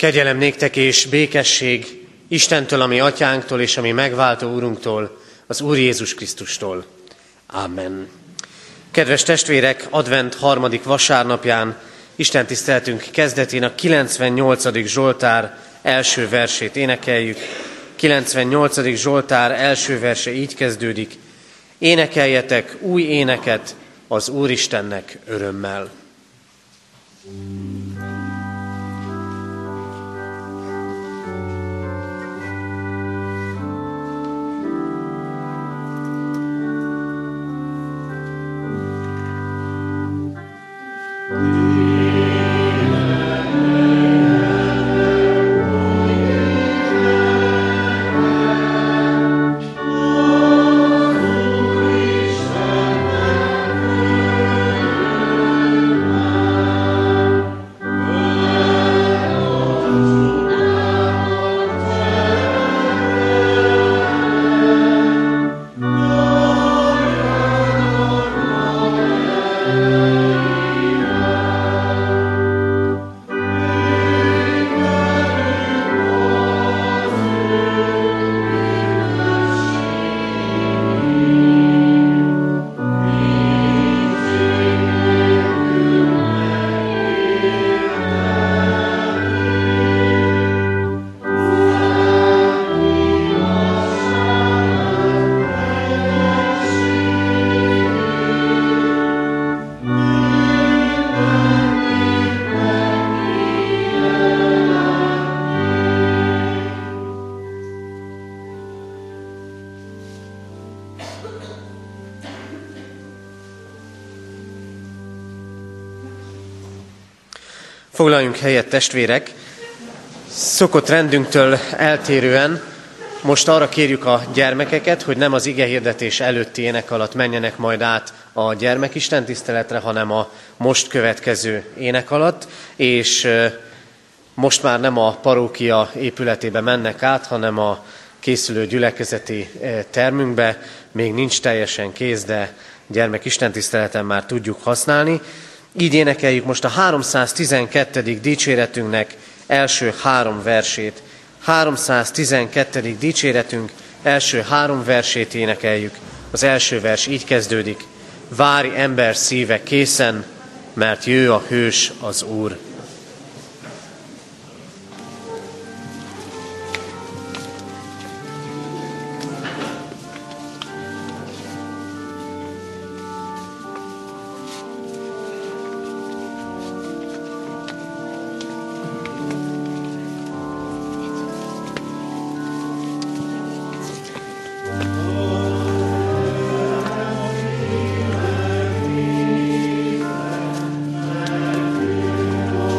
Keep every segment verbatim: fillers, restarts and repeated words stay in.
Kegyelem néktek és békesség Istentől, a mi atyánktól és a mi megváltó Úrunktól, az Úr Jézus Krisztustól. Amen. Kedves testvérek, advent harmadik vasárnapján, Isten tiszteletünk kezdetén a kilencvennyolcadik Zsoltár első versét énekeljük. kilencvennyolcadik Zsoltár első verse így kezdődik: énekeljetek új éneket az Úristennek örömmel. Foglaljunk helyet, testvérek! Szokott rendünktől eltérően most arra kérjük a gyermekeket, hogy nem az igehirdetés előtti ének alatt menjenek majd át a gyermekistentiszteletre, hanem a most következő ének alatt, és most már nem a parókia épületébe mennek át, hanem a készülő gyülekezeti termünkbe. Még nincs teljesen kész, de gyermekistentiszteleten már tudjuk használni. Így énekeljük most a háromszáztizenkettedik dicséretünknek első három versét. háromszáztizenkettedik dicséretünk első három versét énekeljük. Az első vers így kezdődik: várj ember szíve készen, mert jő a hős, az Úr. Oh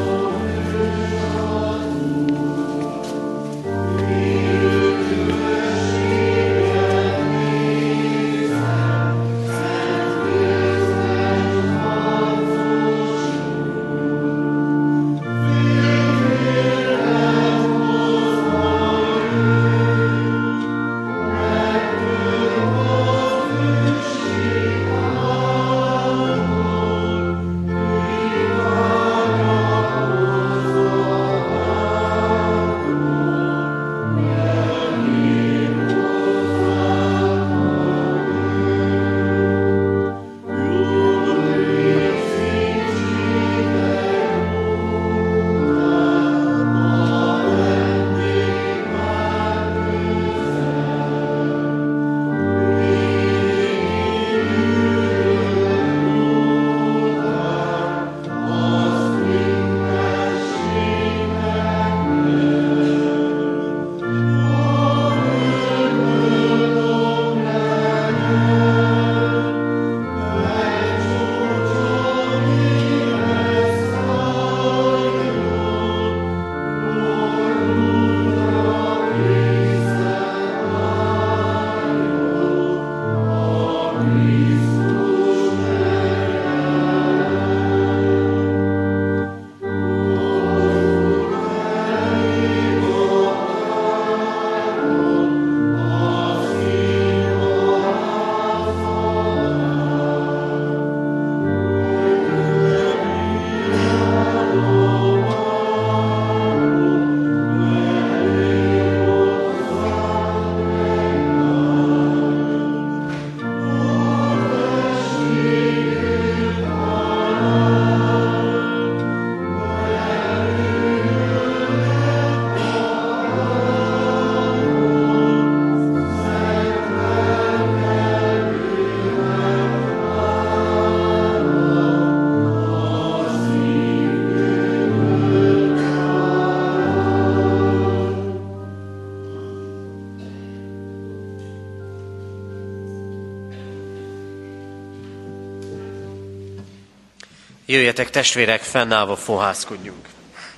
Jöjjetek, testvérek, fennállva fohászkodjunk.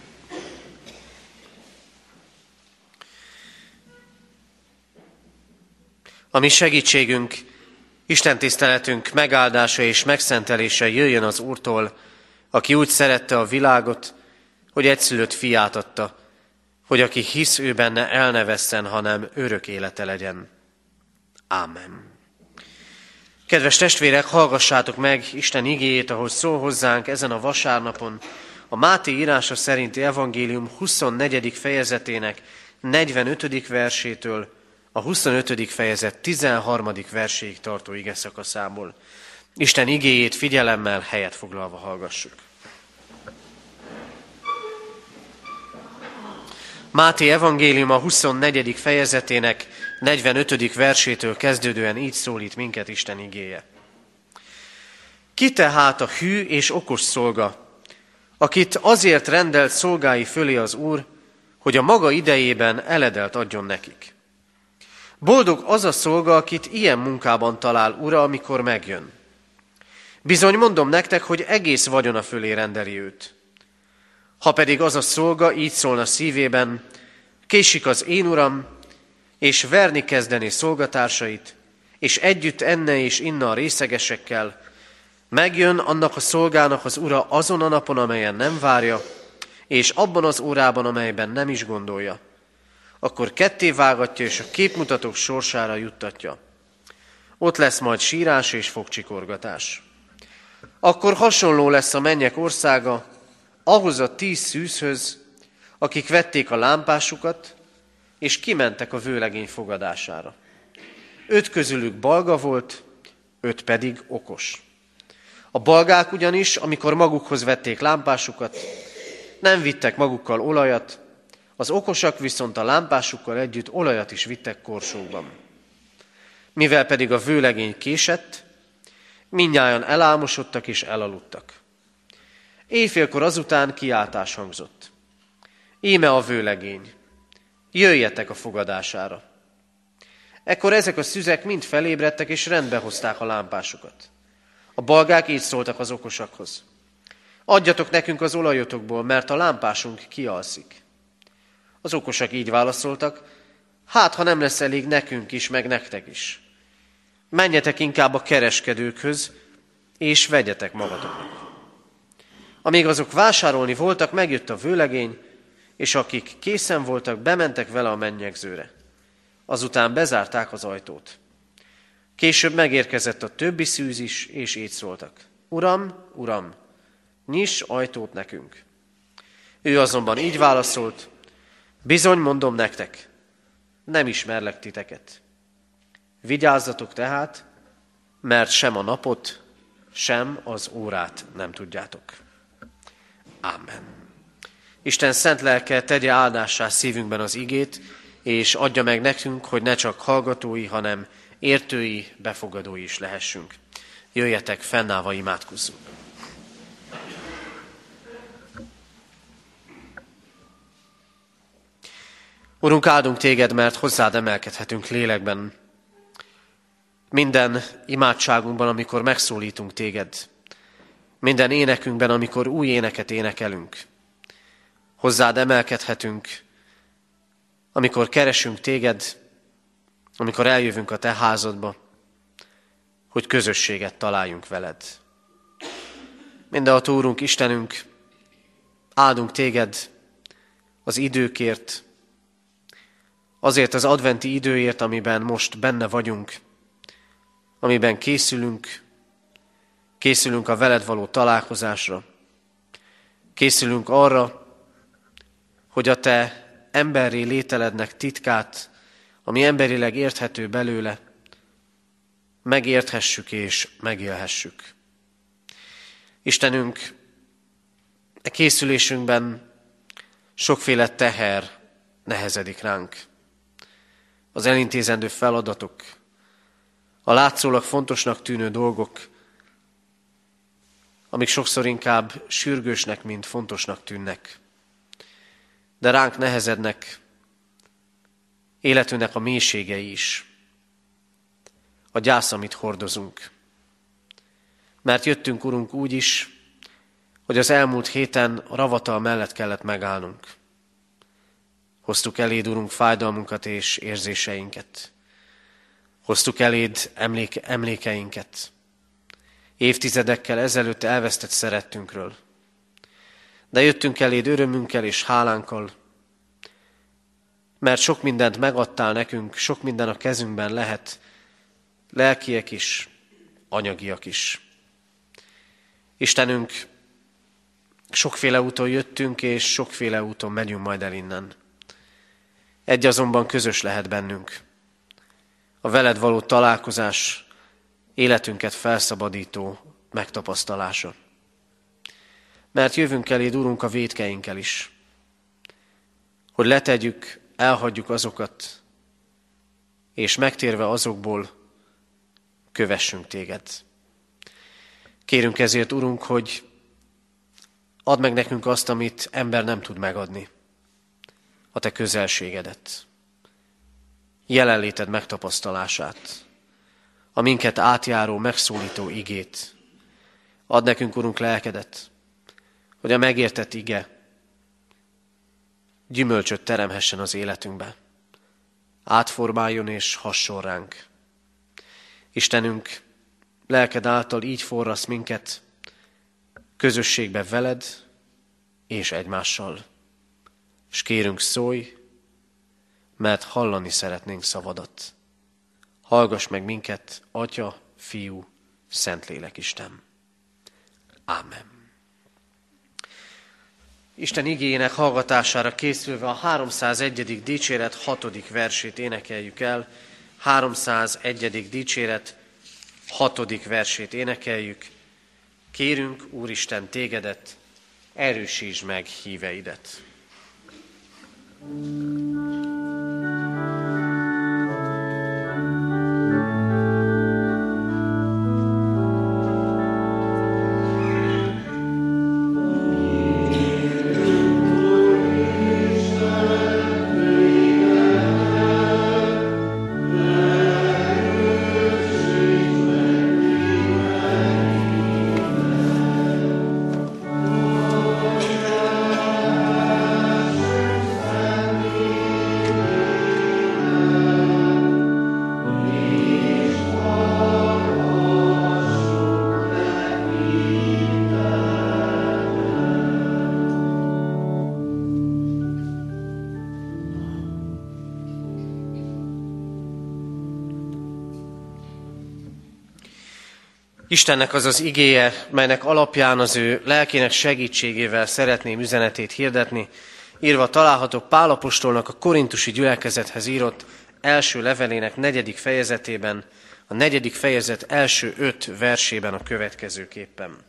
A mi segítségünk, Isten tiszteletünk megáldása és megszentelése jöjjön az Úrtól, aki úgy szerette a világot, hogy egyszülött fiát adta, hogy aki hisz ő benne, el ne vesszen, hanem örök élete legyen. Ámen. Kedves testvérek, hallgassátok meg Isten igéjét, ahogy szól hozzánk ezen a vasárnapon, a Máté írása szerinti evangélium huszonnegyedik fejezetének negyvenötödik versétől a huszonötödik fejezet tizenharmadik verséig tartó igeszakaszából. Isten igéjét figyelemmel helyet foglalva hallgassuk. Máté evangélium a huszonnegyedik fejezetének negyvenötödik versétől kezdődően így szólít minket Isten igéje. Ki tehát a hű és okos szolga, akit azért rendelt szolgái fölé az Úr, hogy a maga idejében eledelt adjon nekik. Boldog az a szolga, akit ilyen munkában talál ura, amikor megjön. Bizony mondom nektek, hogy egész vagyona fölé rendeli őt. Ha pedig az a szolga így szólna szívében, késik az én uram, és verni kezdené szolgatársait, és együtt enne és inna a részegesekkel, megjön annak a szolgának az ura azon a napon, amelyen nem várja, és abban az órában, amelyben nem is gondolja. Akkor ketté vágatja, és a képmutatók sorsára juttatja. Ott lesz majd sírás és fogcsikorgatás. Akkor hasonló lesz a mennyek országa ahhoz a tíz szűzhöz, akik vették a lámpásukat, és kimentek a vőlegény fogadására. Öt közülük balga volt, öt pedig okos. A balgák ugyanis, amikor magukhoz vették lámpásukat, nem vittek magukkal olajat, az okosak viszont a lámpásukkal együtt olajat is vittek korsókban. Mivel pedig a vőlegény késett, mindnyájan elálmosodtak és elaludtak. Éjfélkor azután kiáltás hangzott. Íme a vőlegény, jöjjetek a fogadására. Ekkor ezek a szüzek mind felébredtek és rendbe hozták a lámpásukat. A balgák így szóltak az okosakhoz. Adjatok nekünk az olajotokból, mert a lámpásunk kialszik. Az okosak így válaszoltak, hát ha nem lesz elég nekünk is, meg nektek is. Menjetek inkább a kereskedőkhöz, és vegyetek magatoknak. Amíg azok vásárolni voltak, megjött a vőlegény, és akik készen voltak, bementek vele a mennyegzőre. Azután bezárták az ajtót. Később megérkezett a többi szűz is, és így szóltak. Uram, uram, nyiss ajtót nekünk. Ő azonban így válaszolt, bizony mondom nektek, nem ismerlek titeket. Vigyázzatok tehát, mert sem a napot, sem az órát nem tudjátok. Ámen. Isten szent lelke tegye áldássá szívünkben az igét, és adja meg nekünk, hogy ne csak hallgatói, hanem értői, befogadói is lehessünk. Jöjjetek, fennállva imádkozzunk. Urunk, áldunk téged, mert hozzád emelkedhetünk lélekben. Minden imádságunkban, amikor megszólítunk téged. Minden énekünkben, amikor új éneket énekelünk. Hozzád emelkedhetünk, amikor keresünk téged, amikor eljövünk a te házadba, hogy közösséget találjunk veled. Mindenható Úrunk, Istenünk, áldunk téged az időkért, azért az adventi időért, amiben most benne vagyunk, amiben készülünk, készülünk a veled való találkozásra, készülünk arra, hogy a te emberré lételednek titkát, ami emberileg érthető belőle, megérthessük és megélhessük. Istenünk, e készülésünkben sokféle teher nehezedik ránk. Az elintézendő feladatok, a látszólag fontosnak tűnő dolgok, amik sokszor inkább sürgősnek, mint fontosnak tűnnek. De ránk nehezednek életünknek a mélységei is, a gyász, amit hordozunk. Mert jöttünk, Urunk, úgy is, hogy az elmúlt héten a ravatal mellett kellett megállnunk. Hoztuk eléd, Urunk, fájdalmunkat és érzéseinket. Hoztuk eléd emléke, emlékeinket. Évtizedekkel ezelőtt elvesztett szerettünkről. De jöttünk eléd örömünkkel és hálánkkal, mert sok mindent megadtál nekünk, sok minden a kezünkben lehet, lelkiek is, anyagiak is. Istenünk, sokféle úton jöttünk, és sokféle úton megyünk majd el innen. Egy azonban közös lehet bennünk. A veled való találkozás, életünket felszabadító megtapasztalása. Mert jövünk eléd, Urunk, a vétkeinkkel is, hogy letegyük, elhagyjuk azokat, és megtérve azokból kövessünk téged. Kérünk ezért, Urunk, hogy add meg nekünk azt, amit ember nem tud megadni, a te közelségedet, jelenléted megtapasztalását, a minket átjáró, megszólító igét. Add nekünk, Urunk, lelkedet, hogy a megértett ige gyümölcsöt teremhessen az életünkbe, átformáljon és hasson ránk. Istenünk, lelked által így forrasz minket közösségbe veled és egymással. És kérünk, szólj, mert hallani szeretnénk szavadat. Hallgass meg minket, Atya, Fiú, Szentlélek Isten. Ámen. Isten igéjének hallgatására készülve a háromszázegyedik dicséret hatodik versét énekeljük el. háromszázegyedik dicséret hatodik versét énekeljük. Kérünk, Úristen, tégedet, erősítsd meg híveidet. Istennek az az igéje, melynek alapján az ő lelkének segítségével szeretném üzenetét hirdetni, írva találhatok Pál apostolnak a korintusi gyülekezethez írott első levelének negyedik fejezetében, a negyedik fejezet első öt versében a következőképpen.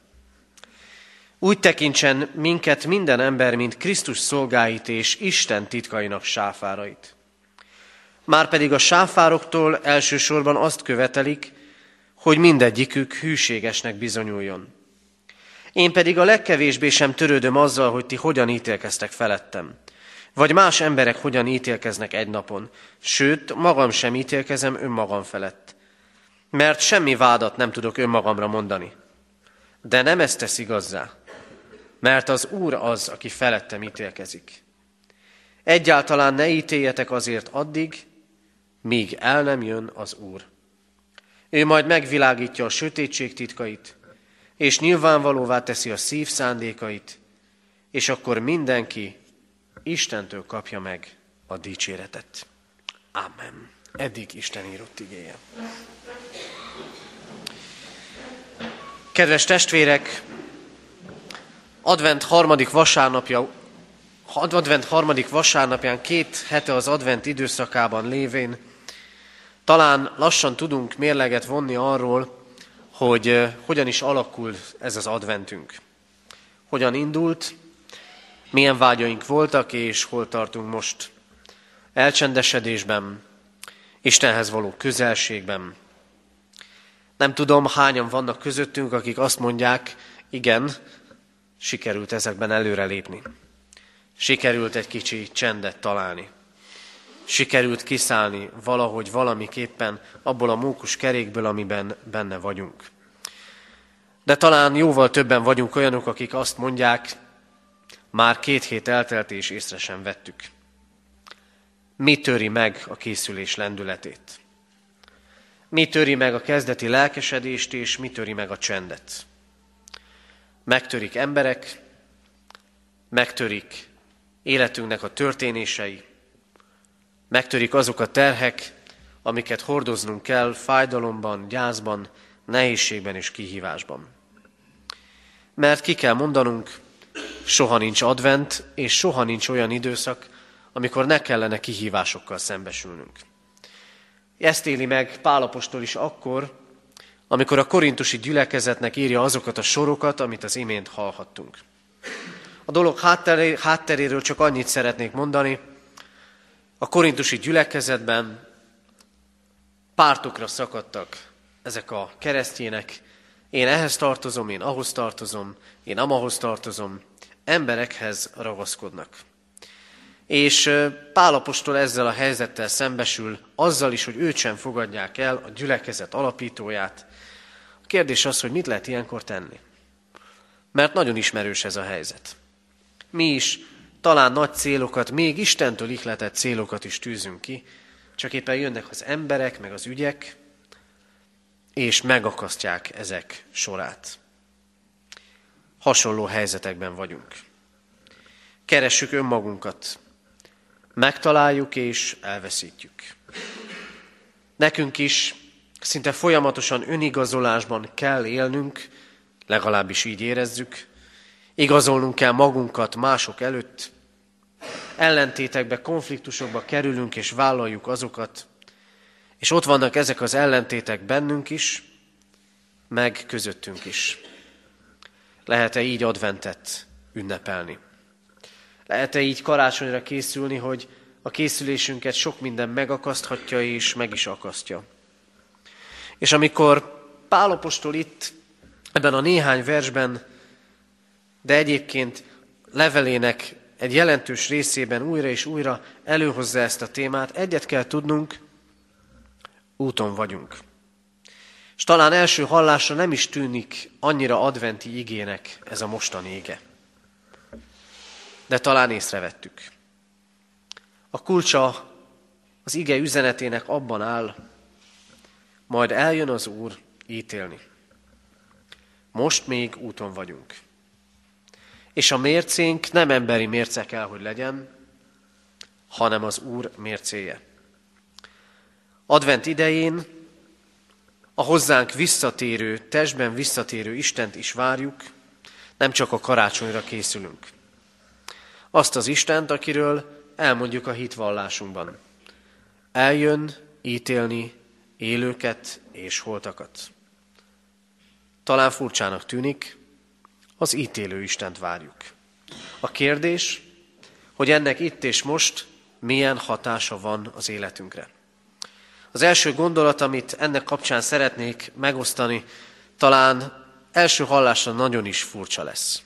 Úgy tekintsen minket minden ember, mint Krisztus szolgáit és Isten titkainak sáfárait. Márpedig a sáfároktól elsősorban azt követelik, hogy mindegyikük hűségesnek bizonyuljon. Én pedig a legkevésbé sem törődöm azzal, hogy ti hogyan ítélkeztek felettem, vagy más emberek hogyan ítélkeznek egy napon, sőt, magam sem ítélkezem önmagam felett, mert semmi vádat nem tudok önmagamra mondani. De nem ezt tesz igazzá, mert az Úr az, aki felettem ítélkezik. Egyáltalán ne ítéljetek azért addig, míg el nem jön az Úr. Ő majd megvilágítja a sötétség titkait, és nyilvánvalóvá teszi a szív szándékait, és akkor mindenki Istentől kapja meg a dicséretet. Amen. Eddig Isten írott igéje. Kedves testvérek, advent harmadik vasárnapja, advent harmadik vasárnapján két hete az advent időszakában lévén talán lassan tudunk mérleget vonni arról, hogy uh, hogyan is alakul ez az adventünk. Hogyan indult, milyen vágyaink voltak, és hol tartunk most. Elcsendesedésben, Istenhez való közelségben. Nem tudom, hányan vannak közöttünk, akik azt mondják, igen, sikerült ezekben előrelépni. Sikerült egy kicsi csendet találni. Sikerült kiszállni valahogy valamiképpen abból a mókus kerékből, amiben benne vagyunk. De talán jóval többen vagyunk olyanok, akik azt mondják, már két hét eltelt és észre sem vettük. Mi töri meg a készülés lendületét? Mi töri meg a kezdeti lelkesedést, és mi töri meg a csendet? Megtörik emberek, megtörik életünknek a történései, megtörik azok a terhek, amiket hordoznunk kell fájdalomban, gyászban, nehézségben és kihívásban. Mert ki kell mondanunk, soha nincs advent, és soha nincs olyan időszak, amikor ne kellene kihívásokkal szembesülnünk. Ezt éli meg Pál apostol is akkor, amikor a korintusi gyülekezetnek írja azokat a sorokat, amit az imént hallhattunk. A dolog hátteréről csak annyit szeretnék mondani, a korintusi gyülekezetben pártokra szakadtak ezek a keresztjének, én ehhez tartozom, én ahhoz tartozom, én amahoz tartozom, emberekhez ragaszkodnak. És Pál apostol ezzel a helyzettel szembesül, azzal is, hogy őt sem fogadják el, a gyülekezet alapítóját. A kérdés az, hogy mit lehet ilyenkor tenni. Mert nagyon ismerős ez a helyzet. Mi is talán nagy célokat, még Istentől ihletett célokat is tűzünk ki, csak éppen jönnek az emberek, meg az ügyek, és megakasztják ezek sorát. Hasonló helyzetekben vagyunk. Keressük önmagunkat, megtaláljuk és elveszítjük. Nekünk is szinte folyamatosan önigazolásban kell élnünk, legalábbis így érezzük, igazolnunk kell magunkat mások előtt, ellentétekbe, konfliktusokba kerülünk és vállaljuk azokat, és ott vannak ezek az ellentétek bennünk is, meg közöttünk is. Lehet-e így adventet ünnepelni? Lehet-e így karácsonyra készülni, hogy a készülésünket sok minden megakaszthatja és meg is akasztja? És amikor Pál apostol itt, ebben a néhány versben, de egyébként levelének egy jelentős részében újra és újra előhozza ezt a témát, egyet kell tudnunk, úton vagyunk. És talán első hallásra nem is tűnik annyira adventi igének ez a mostani ige. De talán észrevettük. A kulcsa az ige üzenetének abban áll, majd eljön az Úr ítélni. Most még úton vagyunk. És a mércénk nem emberi mérce kell, hogy legyen, hanem az Úr mércéje. Advent idején a hozzánk visszatérő, testben visszatérő Istent is várjuk, nem csak a karácsonyra készülünk. Azt az Istent, akiről elmondjuk a hitvallásunkban. Eljön ítélni élőket és holtakat. Talán furcsának tűnik, az ítélő Istent várjuk. A kérdés, hogy ennek itt és most milyen hatása van az életünkre. Az első gondolat, amit ennek kapcsán szeretnék megosztani, talán első hallásra nagyon is furcsa lesz.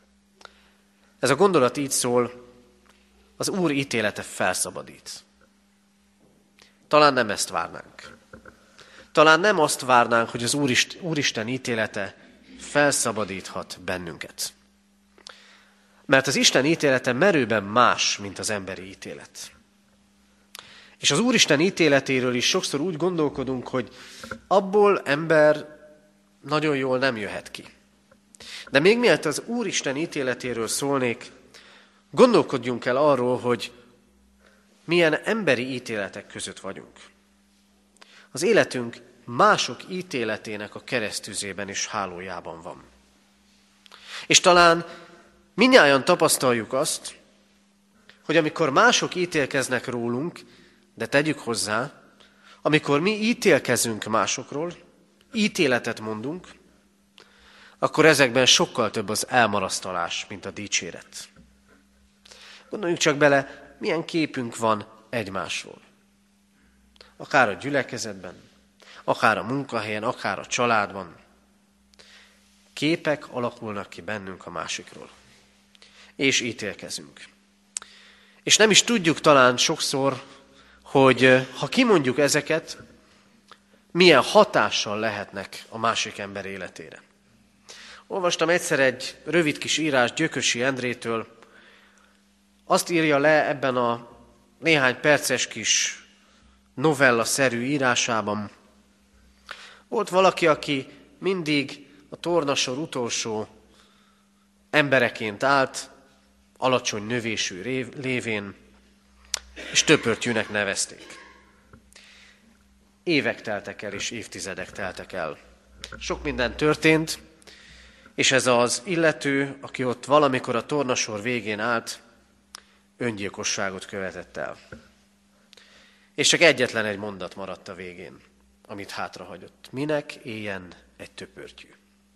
Ez a gondolat így szól, az Úr ítélete felszabadít. Talán nem ezt várnánk. Talán nem azt várnánk, hogy az Úristen, Úristen ítélete felszabadíthat bennünket. Mert az Isten ítélete merőben más, mint az emberi ítélet. És az Úristen ítéletéről is sokszor úgy gondolkodunk, hogy abból ember nagyon jól nem jöhet ki. De még mielőtt az Úristen ítéletéről szólnék, gondolkodjunk el arról, hogy milyen emberi ítéletek között vagyunk. Az életünk mások ítéletének a keresztüzében és hálójában van. És talán mindnyájan tapasztaljuk azt, hogy amikor mások ítélkeznek rólunk, de tegyük hozzá, amikor mi ítélkezünk másokról, ítéletet mondunk, akkor ezekben sokkal több az elmarasztalás, mint a dicséret. Gondoljunk csak bele, milyen képünk van egymásról. Akár a gyülekezetben, akár a munkahelyen, akár a családban. Képek alakulnak ki bennünk a másikról. És ítélkezünk. És nem is tudjuk talán sokszor, hogy ha kimondjuk ezeket, milyen hatással lehetnek a másik ember életére. Olvastam egyszer egy rövid kis írás Gyökösi Endrétől. Azt írja le ebben a néhány perces kis novella-szerű írásában. Volt valaki, aki mindig a tornasor utolsó embereként állt, alacsony növésű lévén, és töpörtyűnek nevezték. Évek teltek el, és évtizedek teltek el. Sok minden történt, és ez az illető, aki ott valamikor a tornasor végén állt, öngyilkosságot követett el. És csak egyetlen egy mondat maradt a végén, amit hátrahagyott. Minek éljen egy töpörtyű?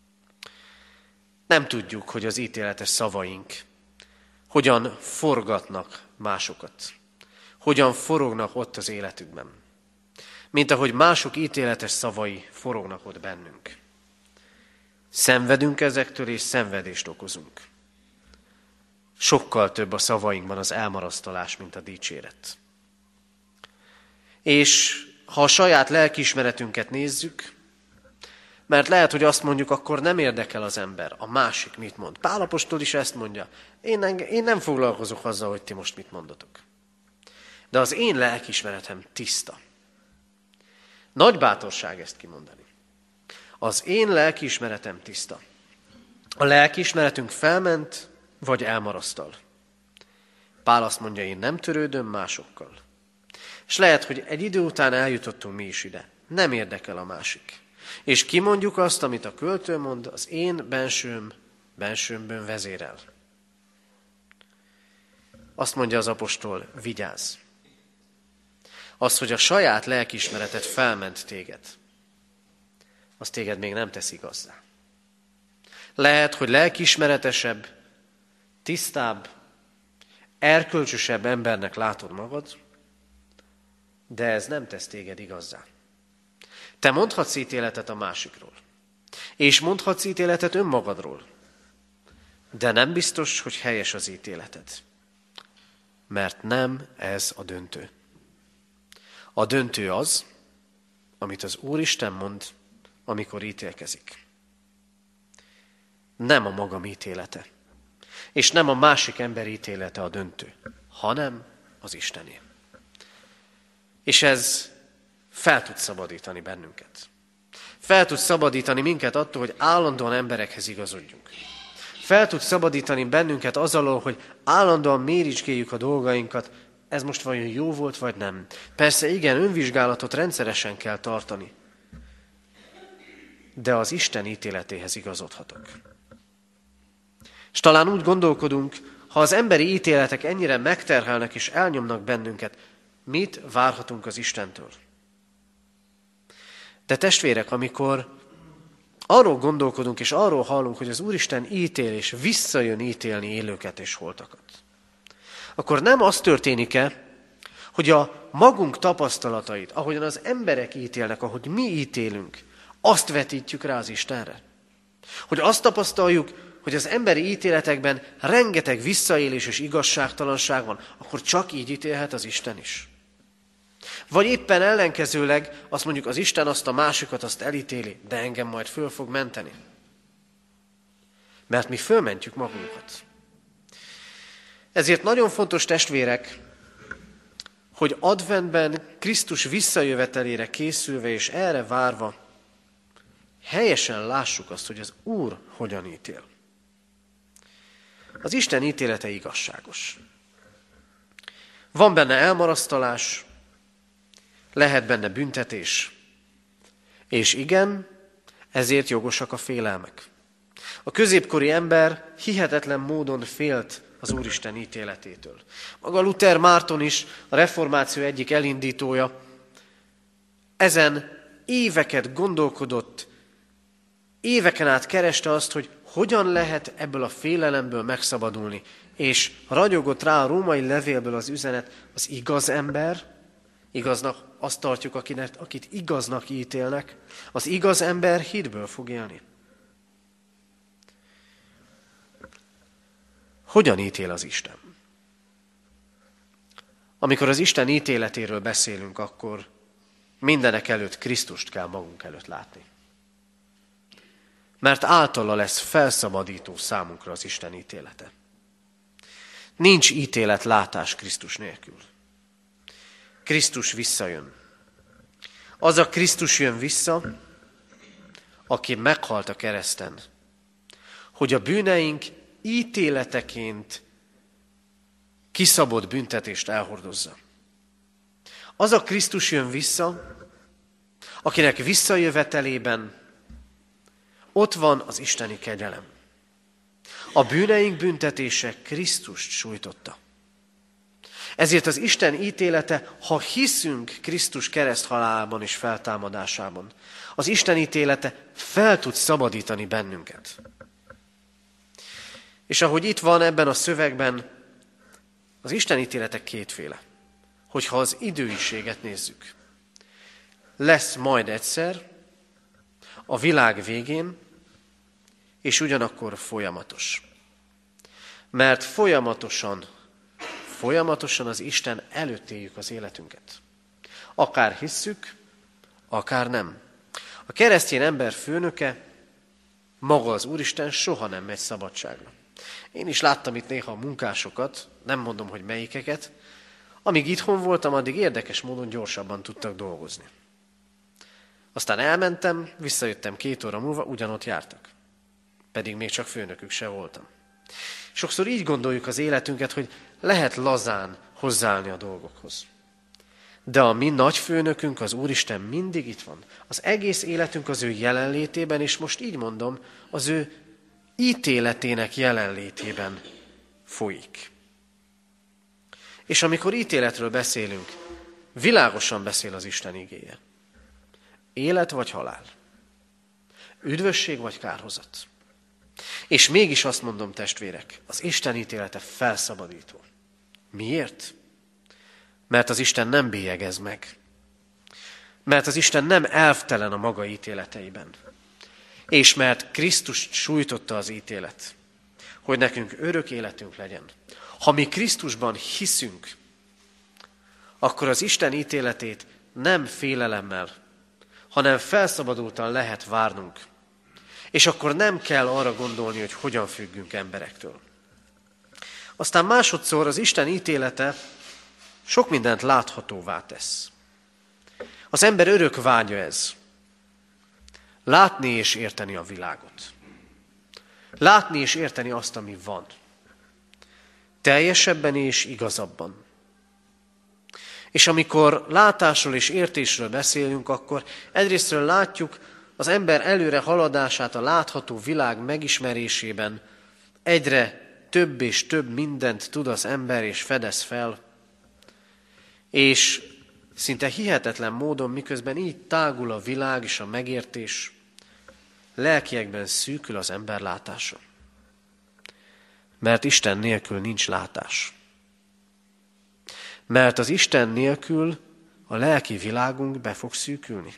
Nem tudjuk, hogy az ítéletes szavaink hogyan forgatnak másokat, hogyan forognak ott az életükben, mint ahogy mások ítéletes szavai forognak ott bennünk. Szenvedünk ezektől, és szenvedést okozunk. Sokkal több a szavainkban az elmarasztalás, mint a dicséret. És ha a saját lelkiismeretünket nézzük, mert lehet, hogy azt mondjuk, akkor nem érdekel az ember, a másik mit mond. Pál apostol is ezt mondja, én, én nem foglalkozok azzal, hogy ti most mit mondotok. De az én lelkiismeretem tiszta. Nagy bátorság ezt kimondani. Az én lelkiismeretem tiszta. A lelkiismeretünk felment, vagy elmarasztal. Pál azt mondja, én nem törődöm másokkal. És lehet, hogy egy idő után eljutottunk mi is ide. Nem érdekel a másik. És kimondjuk azt, amit a költő mond, az én bensőm, bensőmbön vezérel. Azt mondja az apostol, vigyázz. Az, hogy a saját lelkiismereted felment téged, az téged még nem tesz igazzá. Lehet, hogy lelkiismeretesebb, tisztább, erkölcsösebb embernek látod magad, de ez nem tesz téged igazzá. Te mondhatsz ítéletet a másikról, és mondhatsz ítéletet önmagadról, de nem biztos, hogy helyes az ítéleted, mert nem ez a döntő. A döntő az, amit az Úristen mond, amikor ítélkezik. Nem a magam ítélete, és nem a másik ember ítélete a döntő, hanem az Istené. És ez fel tud szabadítani bennünket. Fel tud szabadítani minket attól, hogy állandóan emberekhez igazodjunk. Fel tud szabadítani bennünket azzal, hogy állandóan méricskéljük a dolgainkat, ez most vajon jó volt, vagy nem. Persze igen, önvizsgálatot rendszeresen kell tartani, de az Isten ítéletéhez igazodhatok. És talán úgy gondolkodunk, ha az emberi ítéletek ennyire megterhelnek és elnyomnak bennünket, mit várhatunk az Istentől? De testvérek, amikor arról gondolkodunk és arról hallunk, hogy az Úristen ítél és visszajön ítélni élőket és holtakat, akkor nem az történik-e, hogy a magunk tapasztalatait, ahogyan az emberek ítélnek, ahogy mi ítélünk, azt vetítjük rá az Istenre? Hogy azt tapasztaljuk, hogy az emberi ítéletekben rengeteg visszaélés és igazságtalanság van, akkor csak így ítélhet az Isten is. Vagy éppen ellenkezőleg azt mondjuk, az Isten azt a másikat azt elítéli, de engem majd föl fog menteni. Mert mi fölmentjük magunkat. Ezért nagyon fontos, testvérek, hogy adventben Krisztus visszajövetelére készülve és erre várva helyesen lássuk azt, hogy az Úr hogyan ítél. Az Isten ítélete igazságos. Van benne elmarasztalás, lehet benne büntetés, és igen, ezért jogosak a félelmek. A középkori ember hihetetlen módon félt az Úristen ítéletétől. Maga Luther Márton is, a reformáció egyik elindítója, ezen éveket gondolkodott, éveken át kereste azt, hogy hogyan lehet ebből a félelemből megszabadulni, és ragyogott rá a római levélből az üzenet, az igaz ember, igaznak azt tartjuk, akinek, akit igaznak ítélnek, az igaz ember hitből fog élni. Hogyan ítél az Isten? Amikor az Isten ítéletéről beszélünk, akkor mindenek előtt Krisztust kell magunk előtt látni. mert általa lesz felszabadító számunkra az Isten ítélete. Nincs ítélet látás Krisztus nélkül. Krisztus visszajön. Az a Krisztus jön vissza, aki meghalt a kereszten, hogy a bűneink ítéleteként kiszabott büntetést elhordozza. Az a Krisztus jön vissza, akinek visszajövetelében ott van az isteni kegyelem. A bűneink büntetése Krisztust sújtotta. Ezért az Isten ítélete, ha hiszünk Krisztus kereszthalálában és feltámadásában, az Isten ítélete fel tud szabadítani bennünket. És ahogy itt van ebben a szövegben, az Isten ítélete kétféle. Hogyha az időiséget nézzük, lesz majd egyszer, a világ végén, és ugyanakkor folyamatos. Mert folyamatosan, folyamatosan az Isten előtt éljük az életünket. Akár hisszük, akár nem. A keresztény ember főnöke, maga az Úristen soha nem megy szabadságra. Én is láttam itt néha a munkásokat, nem mondom, hogy melyikeket, amíg itthon voltam, addig érdekes módon gyorsabban tudtak dolgozni. Aztán elmentem, visszajöttem két óra múlva, ugyanott jártak. Pedig még csak főnökük se voltam. Sokszor így gondoljuk az életünket, hogy lehet lazán hozzáállni a dolgokhoz. De a mi nagy főnökünk, az Úristen mindig itt van. Az egész életünk az ő jelenlétében, és most így mondom, az ő ítéletének jelenlétében folyik. És amikor ítéletről beszélünk, világosan beszél az Isten igéje. Élet vagy halál. Üdvösség vagy kárhozat. És mégis azt mondom, testvérek, az Isten ítélete felszabadító. Miért? Mert az Isten nem bélyegez meg. Mert az Isten nem elvtelen a maga ítéleteiben. És mert Krisztust sújtotta az ítélet, hogy nekünk örök életünk legyen. Ha mi Krisztusban hiszünk, akkor az Isten ítéletét nem félelemmel, hanem felszabadultan lehet várnunk. És akkor nem kell arra gondolni, hogy hogyan függünk emberektől. Aztán másodszor az Isten ítélete sok mindent láthatóvá tesz. Az ember örök vágya ez. Látni és érteni a világot. Látni és érteni azt, ami van. Teljesebben és igazabban. És amikor látásról és értésről beszélünk, akkor egyrésztről látjuk az ember előre haladását a látható világ megismerésében. Egyre több és több mindent tud az ember és fedez fel. És szinte hihetetlen módon, miközben így tágul a világ és a megértés, lelkiekben szűkül az ember látása. Mert Isten nélkül nincs látás. Mert az Isten nélkül a lelki világunk be fog szűkülni.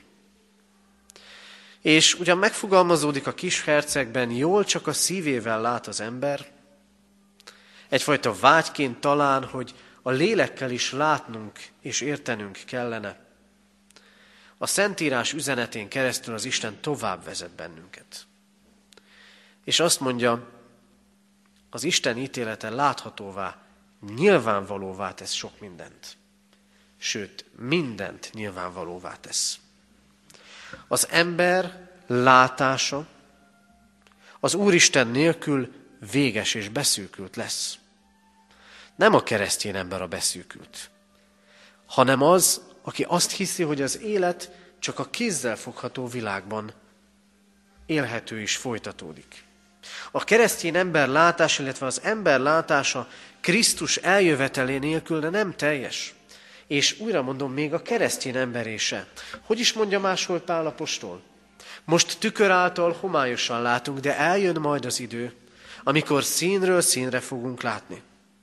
És ugyan megfogalmazódik a kis hercegben, jól csak a szívével lát az ember, egyfajta vágyként talán, hogy a lélekkel is látnunk és értenünk kellene. A Szentírás üzenetén keresztül az Isten tovább vezet bennünket. És azt mondja, az Isten ítélete láthatóvá, nyilvánvalóvá tesz sok mindent. Sőt, mindent nyilvánvalóvá tesz. Az ember látása az Úristen nélkül véges és beszűkült lesz. Nem a keresztény ember a beszűkült, hanem az, aki azt hiszi, hogy az élet csak a kézzel fogható világban élhető és folytatódik. A keresztény ember látása, illetve az ember látása Krisztus eljövetelé nélkül, de nem teljes. És újra mondom, még a keresztény emberé se. Hogy is mondja máshol Pál apostol? Most tükör által homályosan látunk, de eljön majd az idő, amikor színről színre fogunk látni.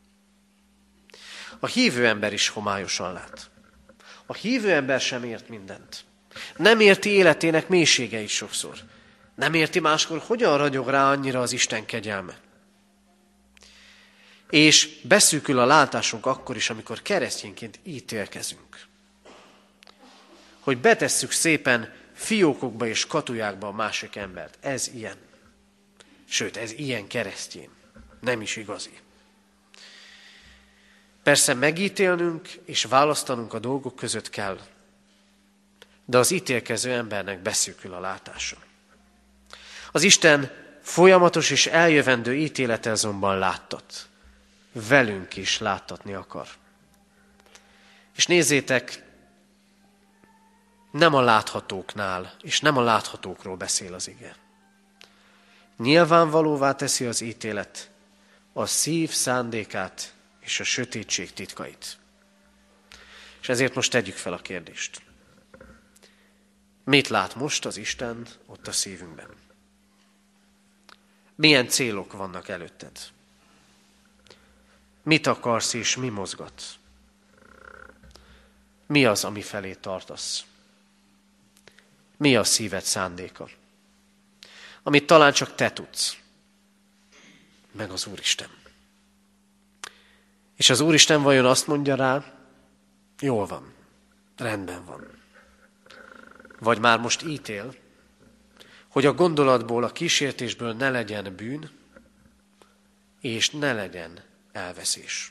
A hívő ember is homályosan lát. A hívő ember sem ért mindent. Nem érti életének mélységeit sokszor. Nem érti máskor, hogyan ragyog rá annyira az Isten kegyelme. És beszűkül a látásunk akkor is, amikor keresztényként ítélkezünk. Hogy betesszük szépen fiókokba és katujákba a másik embert. Ez ilyen. Sőt, ez ilyen keresztjén, nem is igazi. Persze megítélnünk és választanunk a dolgok között kell, de az ítélkező embernek beszűkül a látása. Az Isten folyamatos és eljövendő ítélete azonban láttat. Velünk is láttatni akar. És nézzétek, nem a láthatóknál, és nem a láthatókról beszél az ige. Nyilvánvalóvá teszi az ítélet a szív szándékát és a sötétség titkait. És ezért most tegyük fel a kérdést. Mit lát most az Isten ott a szívünkben? Milyen célok vannak előtted? Mit akarsz és mi mozgat? Mi az, ami felé tartasz? Mi a szíved szándéka? Amit talán csak te tudsz, meg az Úristen. És az Úristen vajon azt mondja rá, jól van, rendben van. Vagy már most ítél, hogy a gondolatból, a kísértésből ne legyen bűn, és ne legyen elveszés.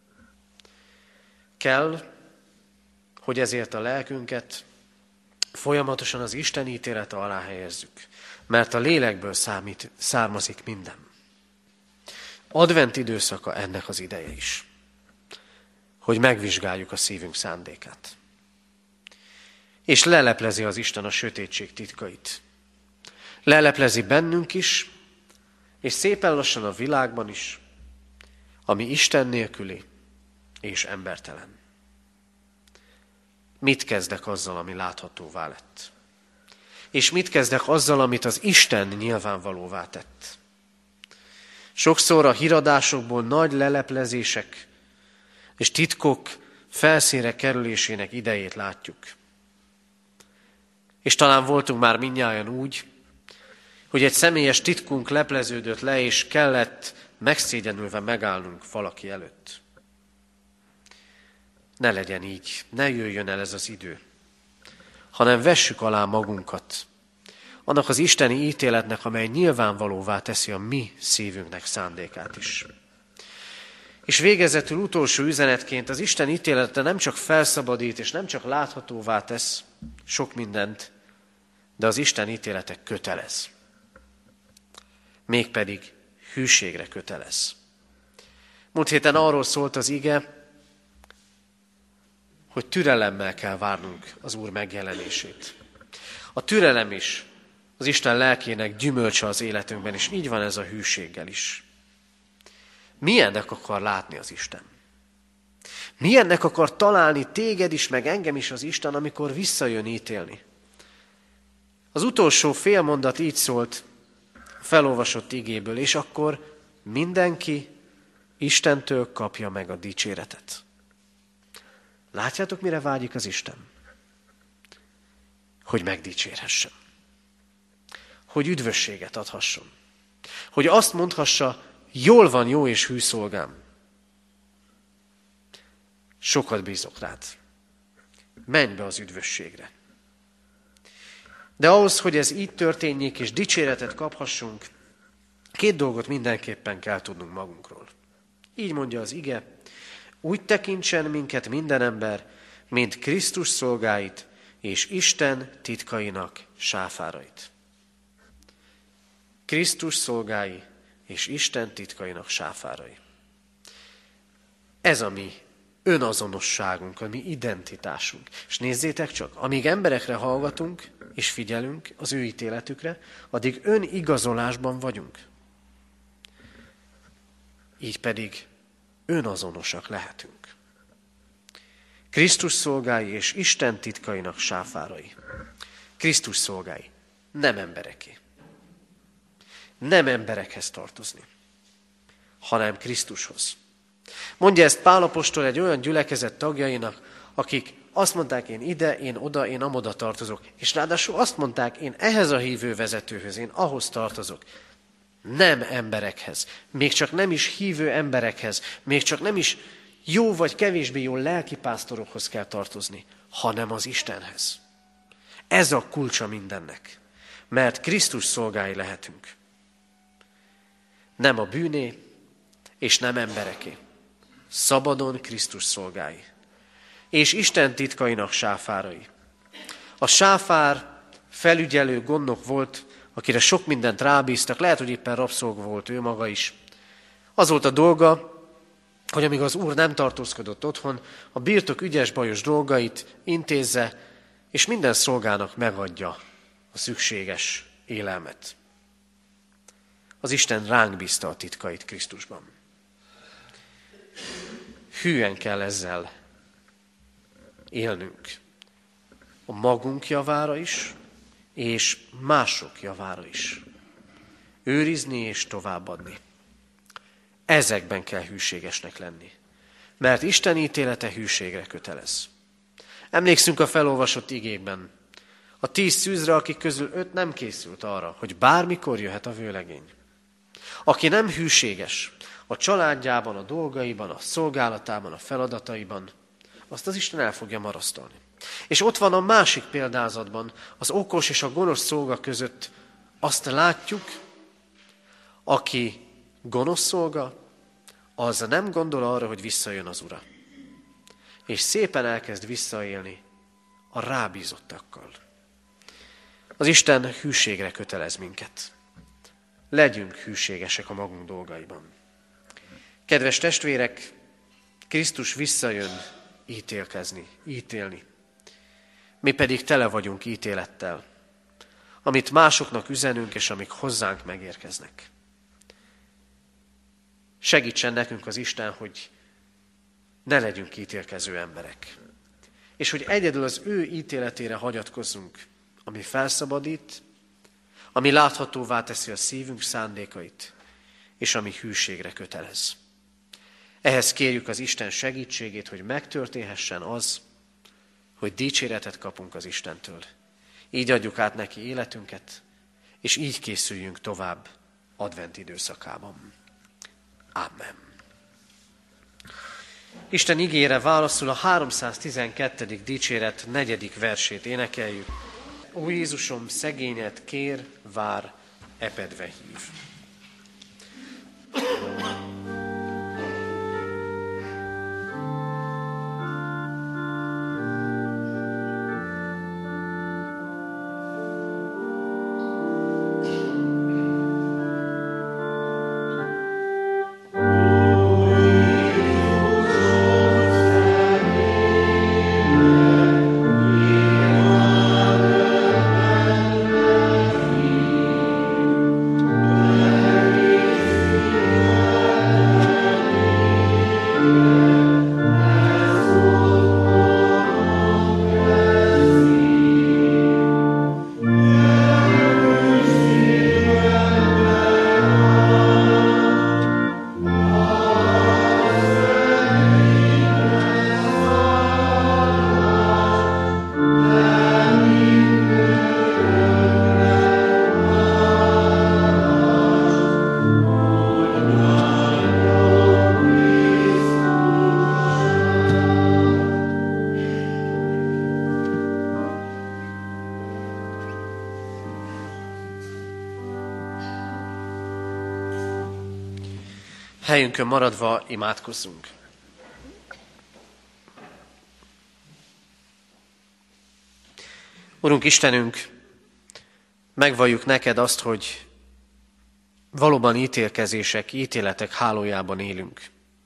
Kell, hogy ezért a lelkünket folyamatosan az Isten ítélete alá helyezzük, mert a lélekből számít, származik minden. Advent időszaka ennek az ideje is, hogy megvizsgáljuk a szívünk szándékát. És leleplezi az Isten a sötétség titkait. Leleplezi bennünk is, és szépen lassan a világban is, ami Isten nélküli és embertelen. Mit kezdek azzal, ami láthatóvá lett? És mit kezdek azzal, amit az Isten nyilvánvalóvá tett? Sokszor a híradásokból nagy leleplezések és titkok felszínre kerülésének idejét látjuk. És talán voltunk már mindnyájan úgy, hogy egy személyes titkunk lepleződött le, és kellett megszégyenülve megállnunk valaki előtt. Ne legyen így, ne jöjjön el ez az idő, hanem vessük alá magunkat annak az isteni ítéletnek, amely nyilvánvalóvá teszi a mi szívünknek szándékát is. És végezetül utolsó üzenetként az Isten ítélete nem csak felszabadít, és nem csak láthatóvá tesz sok mindent, de az Isten ítélete kötelez. Mégpedig hűségre kötelez. Múlt héten arról szólt az ige, hogy türelemmel kell várnunk az Úr megjelenését. A türelem is az Isten lelkének gyümölcse az életünkben, és így van ez a hűséggel is. Milyennek akar látni az Isten? Milyennek akar találni téged is, meg engem is az Isten, amikor visszajön ítélni? Az utolsó fél mondat így szólt a felolvasott igéből, és akkor mindenki Istentől kapja meg a dicséretet. Látjátok, mire vágyik az Isten? Hogy megdicsérhessen. Hogy üdvösséget adhasson. Hogy azt mondhassa, jól van, jó és hű szolgám. Sokat bízok rád. Menj be az üdvösségre. De ahhoz, hogy ez így történjék és dicséretet kaphassunk, két dolgot mindenképpen kell tudnunk magunkról. Így mondja az ige, úgy tekintsen minket minden ember, mint Krisztus szolgáit és Isten titkainak sáfárait. Krisztus szolgái és Isten titkainak sáfárai. Ez a mi önazonosságunk, a mi identitásunk. És nézzétek csak, amíg emberekre hallgatunk és figyelünk az ő ítéletükre, addig önigazolásban vagyunk. Így pedig önazonosak lehetünk. Krisztus szolgái és Isten titkainak sáfárai. Krisztus szolgái, nem embereké. Nem emberekhez tartozni, hanem Krisztushoz. Mondja ezt Pál apostol egy olyan gyülekezet tagjainak, akik azt mondták, én ide, én oda, én amoda tartozok. És ráadásul azt mondták, én ehhez a hívő vezetőhöz, én ahhoz tartozok. Nem emberekhez, még csak nem is hívő emberekhez, még csak nem is jó vagy kevésbé jó lelkipásztorokhoz kell tartozni, hanem az Istenhez. Ez a kulcsa mindennek, mert Krisztus szolgái lehetünk. nem a bűné, és nem embereké. Szabadon Krisztus szolgái, és Isten titkainak sáfárai. A sáfár felügyelő gondnok volt, akire sok mindent rábíztak, lehet, hogy éppen rabszolga volt ő maga is. Az volt a dolga, hogy amíg az úr nem tartózkodott otthon, a birtok ügyes-bajos dolgait intézze, és minden szolgának megadja a szükséges élelmet. Az Isten ránk bízta a titkait Krisztusban. Hűen kell ezzel élnünk. A magunk javára is, és mások javára is. Őrizni és továbbadni. Ezekben kell hűségesnek lenni. Mert Isten ítélete hűségre kötelez. Emlékszünk a felolvasott igékben. A tíz szűzre, akik közül öt nem készült arra, hogy bármikor jöhet a vőlegény. Aki nem hűséges a családjában, a dolgaiban, a szolgálatában, a feladataiban, azt az Isten el fogja marasztalni. És ott van a másik példázatban, az okos és a gonosz szolga között azt látjuk, aki gonosz szolga, az nem gondol arra, hogy visszajön az ura. És szépen elkezd visszaélni a rábízottakkal. Az Isten hűségre kötelez minket. Legyünk hűségesek a magunk dolgaiban. Kedves testvérek, Krisztus visszajön ítélkezni, ítélni. Mi pedig tele vagyunk ítélettel, amit másoknak üzenünk, és amik hozzánk megérkeznek. Segítsen nekünk az Isten, hogy ne legyünk ítélkező emberek. És hogy egyedül az ő ítéletére hagyatkozzunk, ami felszabadít, ami láthatóvá teszi a szívünk szándékait, és ami hűségre kötelez. Ehhez kérjük az Isten segítségét, hogy megtörténhessen az, hogy dicséretet kapunk az Istentől. Így adjuk át neki életünket, és így készüljünk tovább advent időszakában. Amen. Isten igére válaszul a háromszáztizenkettedik dicséret negyedik versét énekeljük. Ó Jézusom, szegényet kér, vár, epedve hív. Helyünkön maradva imádkozzunk. Urunk Istenünk, megvalljuk neked azt, hogy valóban ítélkezések, ítéletek hálójában élünk.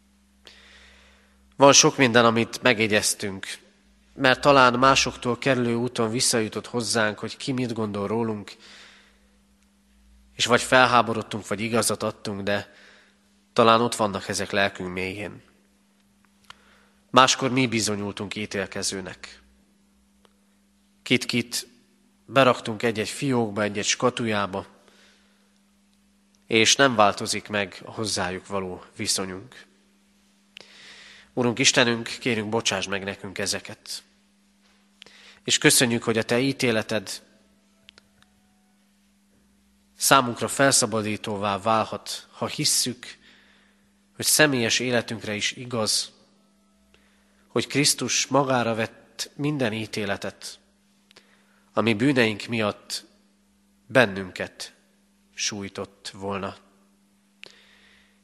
Van sok minden, amit megjegyeztünk, mert talán másoktól kerülő úton visszajutott hozzánk, hogy ki mit gondol rólunk, és vagy felháborodtunk, vagy igazat adtunk, de talán ott vannak ezek lelkünk mélyén. Máskor mi bizonyultunk ítélkezőnek. Kit-kit beraktunk egy-egy fiókba, egy-egy skatujába, és nem változik meg a hozzájuk való viszonyunk. Urunk Istenünk, kérünk, bocsáss meg nekünk ezeket. És köszönjük, hogy a Te ítéleted számunkra felszabadítóvá válhat, ha hisszük, hogy személyes életünkre is igaz, hogy Krisztus magára vett minden ítéletet, ami bűneink miatt bennünket sújtott volna.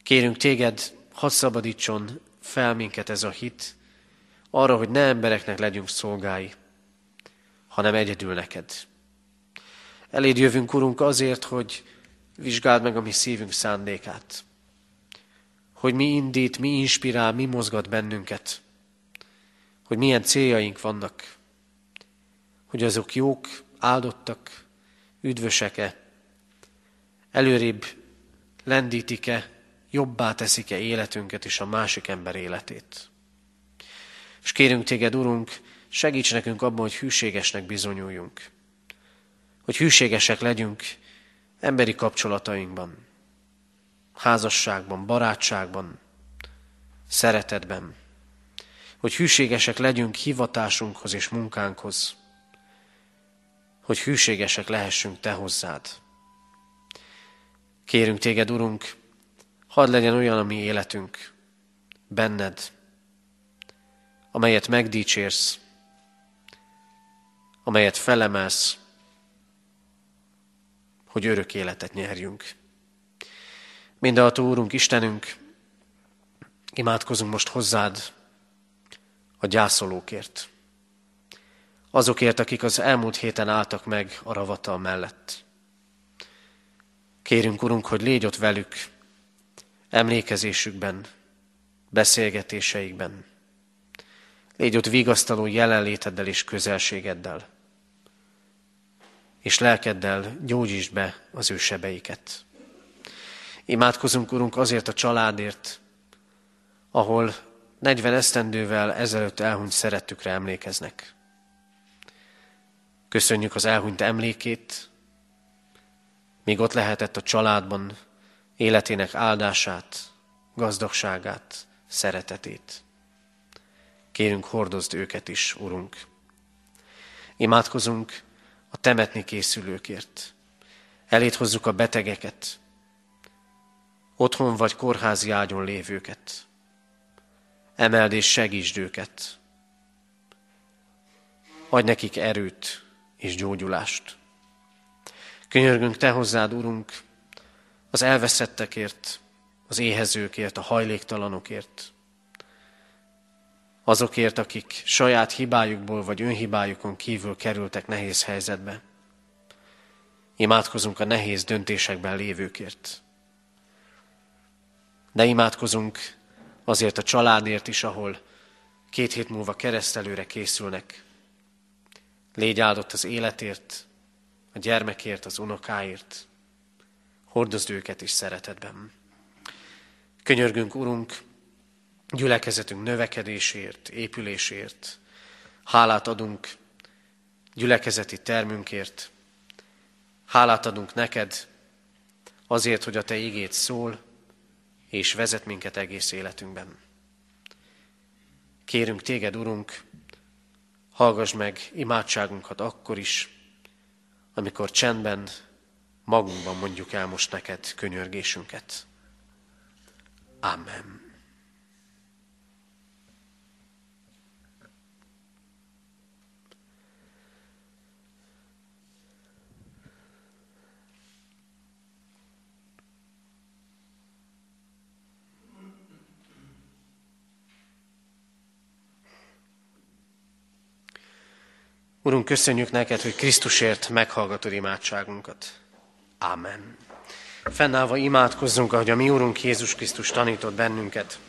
Kérünk téged, hadd szabadítson fel minket ez a hit, arra, hogy ne embereknek legyünk szolgái, hanem egyedül neked. Eléd jövünk, Urunk, azért, hogy vizsgáld meg a mi szívünk szándékát, hogy mi indít, mi inspirál, mi mozgat bennünket, hogy milyen céljaink vannak, hogy azok jók, áldottak, üdvösek-e, előrébb lendítik-e, jobbá teszik-e életünket és a másik ember életét. És kérünk téged, Urunk, segíts nekünk abban, hogy hűségesnek bizonyuljunk, hogy hűségesek legyünk emberi kapcsolatainkban, házasságban, barátságban, szeretetben, hogy hűségesek legyünk hivatásunkhoz és munkánkhoz, hogy hűségesek lehessünk te hozzád. Kérünk téged, Urunk, hadd legyen olyan a mi életünk benned, amelyet megdicsérsz, amelyet felemelsz, hogy örök életet nyerjünk. Mindenható Úrunk, Istenünk, imádkozunk most hozzád a gyászolókért. Azokért, akik az elmúlt héten álltak meg a ravatal mellett. Kérünk, Urunk, hogy légy ott velük, emlékezésükben, beszélgetéseikben. Légy ott vigasztaló jelenléteddel és közelségeddel, és lelkeddel gyógyítsd be az ő sebeiket. Imádkozunk, Urunk, azért a családért, ahol negyven esztendővel ezelőtt elhunyt szerettükre emlékeznek. Köszönjük az elhunyt emlékét, míg ott lehetett a családban életének áldását, gazdagságát, szeretetét. Kérünk, hordozd őket is, Urunk. Imádkozunk a temetni készülőkért. Eléd hozzuk a betegeket, otthon vagy kórházi ágyon lévőket. Emeld és segítsd őket. Adj nekik erőt és gyógyulást. Könyörgünk te hozzád, Urunk, az elveszettekért, az éhezőkért, a hajléktalanokért, azokért, akik saját hibájukból vagy önhibájukon kívül kerültek nehéz helyzetbe. Imádkozunk a nehéz döntésekben lévőkért. De imádkozunk azért a családért is, ahol két hét múlva keresztelőre készülnek. Légy áldott az életért, a gyermekért, az unokáért. Hordozd őket is szeretetben. Könyörgünk, Urunk, gyülekezetünk növekedésért, épülésért. Hálát adunk gyülekezeti termünkért. Hálát adunk neked azért, hogy a te igéd szól, és vezet minket egész életünkben. Kérünk téged, Urunk, hallgass meg imádságunkat akkor is, amikor csendben, magunkban mondjuk el most neked könyörgésünket. Amen. Urunk, köszönjük neked, hogy Krisztusért meghallgatod imádságunkat. Amen. Fennállva imádkozzunk, ahogy a mi Urunk Jézus Krisztus tanított bennünket.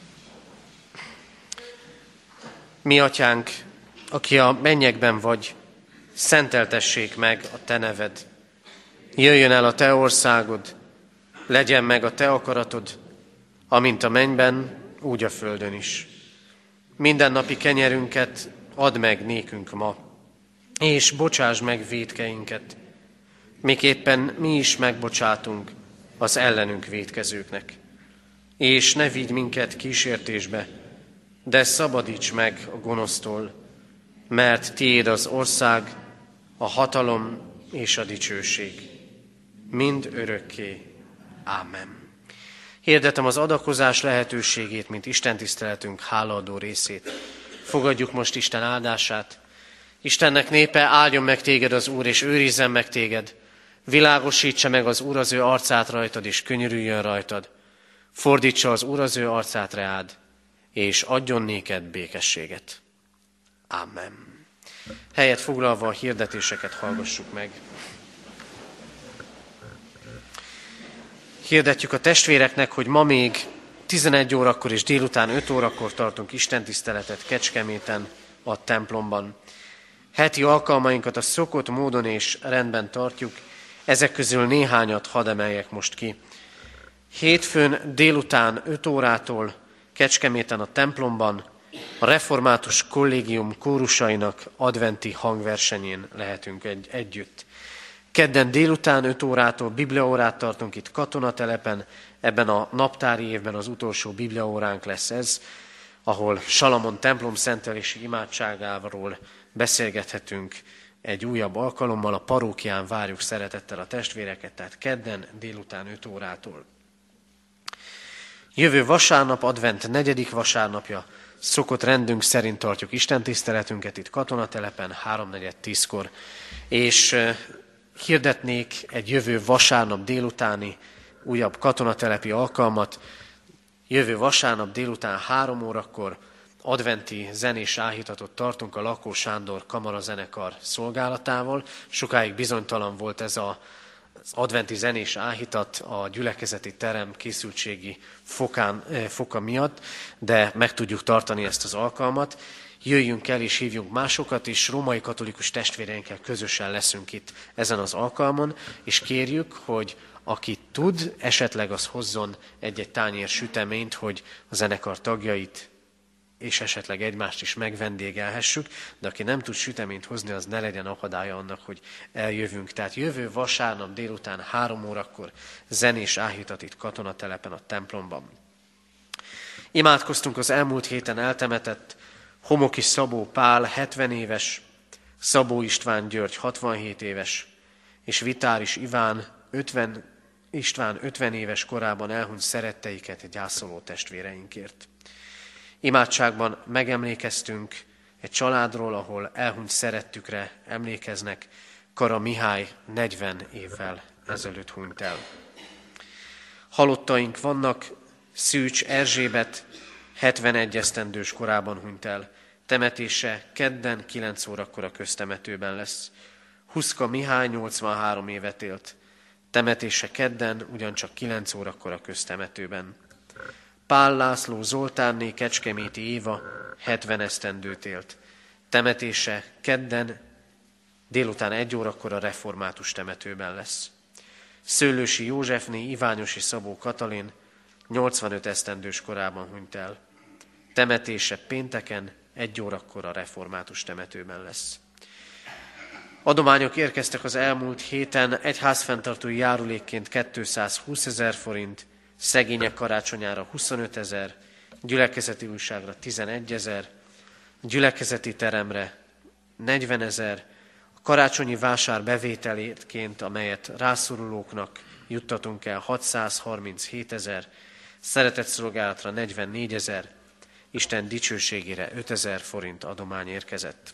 Mi atyánk, aki a mennyekben vagy, szenteltessék meg a te neved. Jöjjön el a te országod, legyen meg a te akaratod, amint a mennyben, úgy a földön is. Mindennapi kenyerünket add meg nékünk ma, és bocsáss meg vétkeinket, miképpen mi is megbocsátunk az ellenünk vétkezőknek. És ne vigy minket kísértésbe, de szabadíts meg a gonosztól, mert tiéd az ország, a hatalom és a dicsőség. Mind örökké. Ámen. Hirdetem az adakozás lehetőségét, mint istentiszteletünk hálaadó részét. Fogadjuk most Isten áldását. Istennek népe, áldjon meg téged az Úr, és őrizzen meg téged. Világosítsa meg az Úr az ő arcát rajtad, és könyörüljön rajtad. Fordítsa az Úr az ő arcát reád, és adjon néked békességet. Amen. Helyet foglalva a hirdetéseket hallgassuk meg. Hirdetjük a testvéreknek, hogy ma még tizenegy órakor és délután öt órakor tartunk istentiszteletet Kecskeméten, a templomban. Heti alkalmainkat a szokott módon és rendben tartjuk, ezek közül néhányat hadd emeljek most ki. Hétfőn délután öt órától Kecskeméten a templomban a Református Kollégium kórusainak adventi hangversenyén lehetünk egy, együtt. Kedden délután öt órától bibliaórát tartunk itt Katonatelepen, ebben a naptári évben az utolsó bibliaóránk lesz ez, ahol Salamon templom szentelési imádságáról beszélgethetünk egy újabb alkalommal, a parókián várjuk szeretettel a testvéreket, tehát kedden délután öt órától. Jövő vasárnap, advent negyedik vasárnapja, szokott rendünk szerint tartjuk istentiszteletünket itt Katonatelepen, háromnegyed tízkor, és hirdetnék egy jövő vasárnap délutáni újabb katonatelepi alkalmat. Jövő vasárnap délután három órakor adventi zenés áhítatot tartunk a Lakó Sándor kamarazenekar szolgálatával. Sokáig bizonytalan volt ez a az adventi zenés áhítat a gyülekezeti terem készültségi fokán, foka miatt, de meg tudjuk tartani ezt az alkalmat. Jöjjünk el és hívjunk másokat is, római katolikus testvéreinkkel közösen leszünk itt ezen az alkalmon, és kérjük, hogy aki tud, esetleg az hozzon egy-egy tányér süteményt, hogy a zenekar tagjait és esetleg egymást is megvendégelhessük, de aki nem tud süteményt hozni, az ne legyen akadálya annak, hogy eljövünk. Tehát jövő vasárnap délután három órakor zenés áhítat itt Katonatelepen a templomban. Imádkoztunk az elmúlt héten eltemetett Homoki Szabó Pál hetven éves, Szabó István György hatvanhét éves, és Vitáris Iván ötven, István ötven éves korában elhunyt szeretteiket gyászoló testvéreinkért. Imádságban megemlékeztünk egy családról, ahol elhunyt szerettükre emlékeznek. Kara Mihály negyven évvel ezelőtt hunyt el. Halottaink vannak, Szűcs Erzsébet hetvenegy esztendős korában hunyt el. Temetése kedden kilenc órakor a köztemetőben lesz. Huszka Mihály nyolcvanhárom évet élt. Temetése kedden ugyancsak kilenc órakor a köztemetőben. Pál László Zoltánné Kecskeméti Éva hetven esztendőt élt. Temetése kedden délután egy órakor a református temetőben lesz. Szőlősi Józsefné Iványosi Szabó Katalin nyolcvanöt esztendős korában hunyt el. Temetése pénteken egy órakor a református temetőben lesz. Adományok érkeztek az elmúlt héten, egyházfenntartói járulékként kétszázhúszezer forint, szegények karácsonyára huszonöt ezer, gyülekezeti újságra tizenegy ezer, gyülekezeti teremre negyven ezer, a karácsonyi vásár bevételétként, amelyet rászorulóknak juttatunk el, hatszázharminchét ezer, szeretetszolgálatra negyvennégy ezer, Isten dicsőségére ötezer forint adomány érkezett.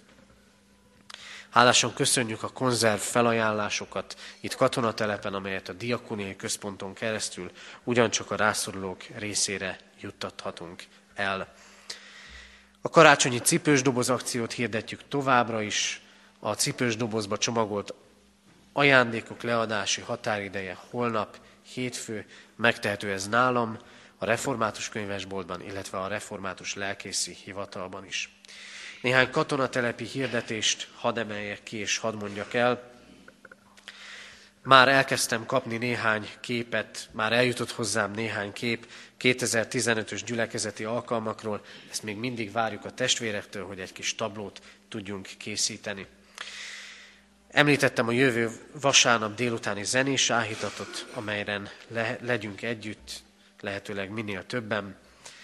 Hálásan köszönjük a konzerv felajánlásokat itt Katonatelepen, amelyet a Diakóniai Központon keresztül ugyancsak a rászorulók részére juttathatunk el. A karácsonyi cipős doboz akciót hirdetjük továbbra is. A cipős dobozba csomagolt ajándékok leadási határideje holnap, hétfő, megtehető ez nálam, a Református Könyvesboltban, illetve a Református Lelkészi Hivatalban is. Néhány katonatelepi hirdetést hadd emeljek ki és hadd mondjak el. Már elkezdtem kapni néhány képet, már eljutott hozzám néhány kép kétezer-tizenötös gyülekezeti alkalmakról, ezt még mindig várjuk a testvérektől, hogy egy kis tablót tudjunk készíteni. Említettem a jövő vasárnap délutáni zenés áhítatot, amelyen le, legyünk együtt, lehetőleg minél többen.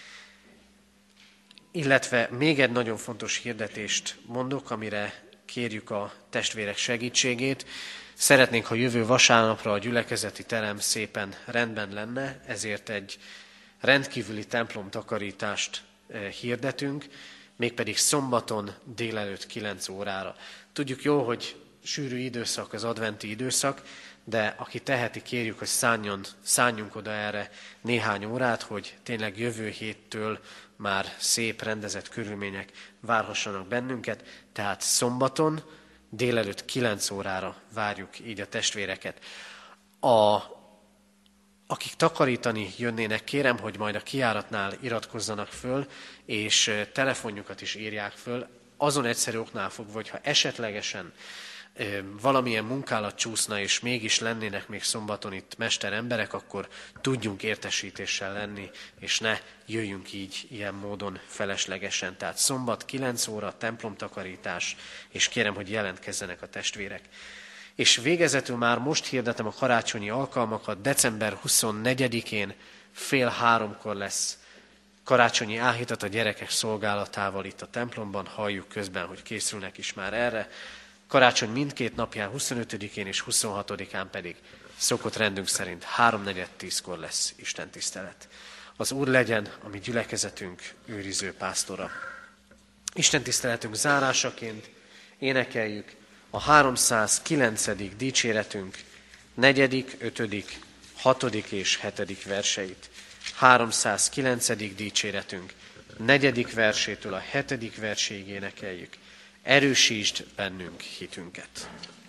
Illetve még egy nagyon fontos hirdetést mondok, amire kérjük a testvérek segítségét. Szeretnénk, ha jövő vasárnapra a gyülekezeti terem szépen rendben lenne, ezért egy rendkívüli templomtakarítást hirdetünk, mégpedig szombaton délelőtt kilenc órára. Tudjuk jól, hogy sűrű időszak, az adventi időszak, de aki teheti, kérjük, hogy szálljon, szálljunk oda erre néhány órát, hogy tényleg jövő héttől már szép, rendezett körülmények várhassanak bennünket, tehát szombaton délelőtt kilenc órára várjuk így a testvéreket. A, akik takarítani jönnének, kérem, hogy majd a kijáratnál iratkozzanak föl, és telefonjukat is írják föl, azon egyszerű oknál fogva, hogyha esetlegesen valamilyen munkálat csúszna, és mégis lennének még szombaton itt mester emberek, akkor tudjunk értesítéssel lenni, és ne jöjjünk így ilyen módon feleslegesen. Tehát szombat kilenc óra, templomtakarítás, és kérem, hogy jelentkezzenek a testvérek. És végezetül már most hirdetem a karácsonyi alkalmakat, december huszonnegyedikén fél háromkor lesz karácsonyi áhítat a gyerekek szolgálatával itt a templomban, halljuk közben, hogy készülnek is már erre. Karácsony mindkét napján, huszonötödikén és huszonhatodikán pedig szokott rendünk szerint háromnegyed tízkor lesz istentisztelet. Az Úr legyen a mi gyülekezetünk őriző pásztora. Istentiszteletünk zárásaként énekeljük a háromszázkilencedik dicséretünk negyedik, ötödik, hatodik és hetedik verseit. háromszázkilencedik dicséretünk negyedik versétől a hetedik verséig énekeljük. Erősítsd bennünk hitünket!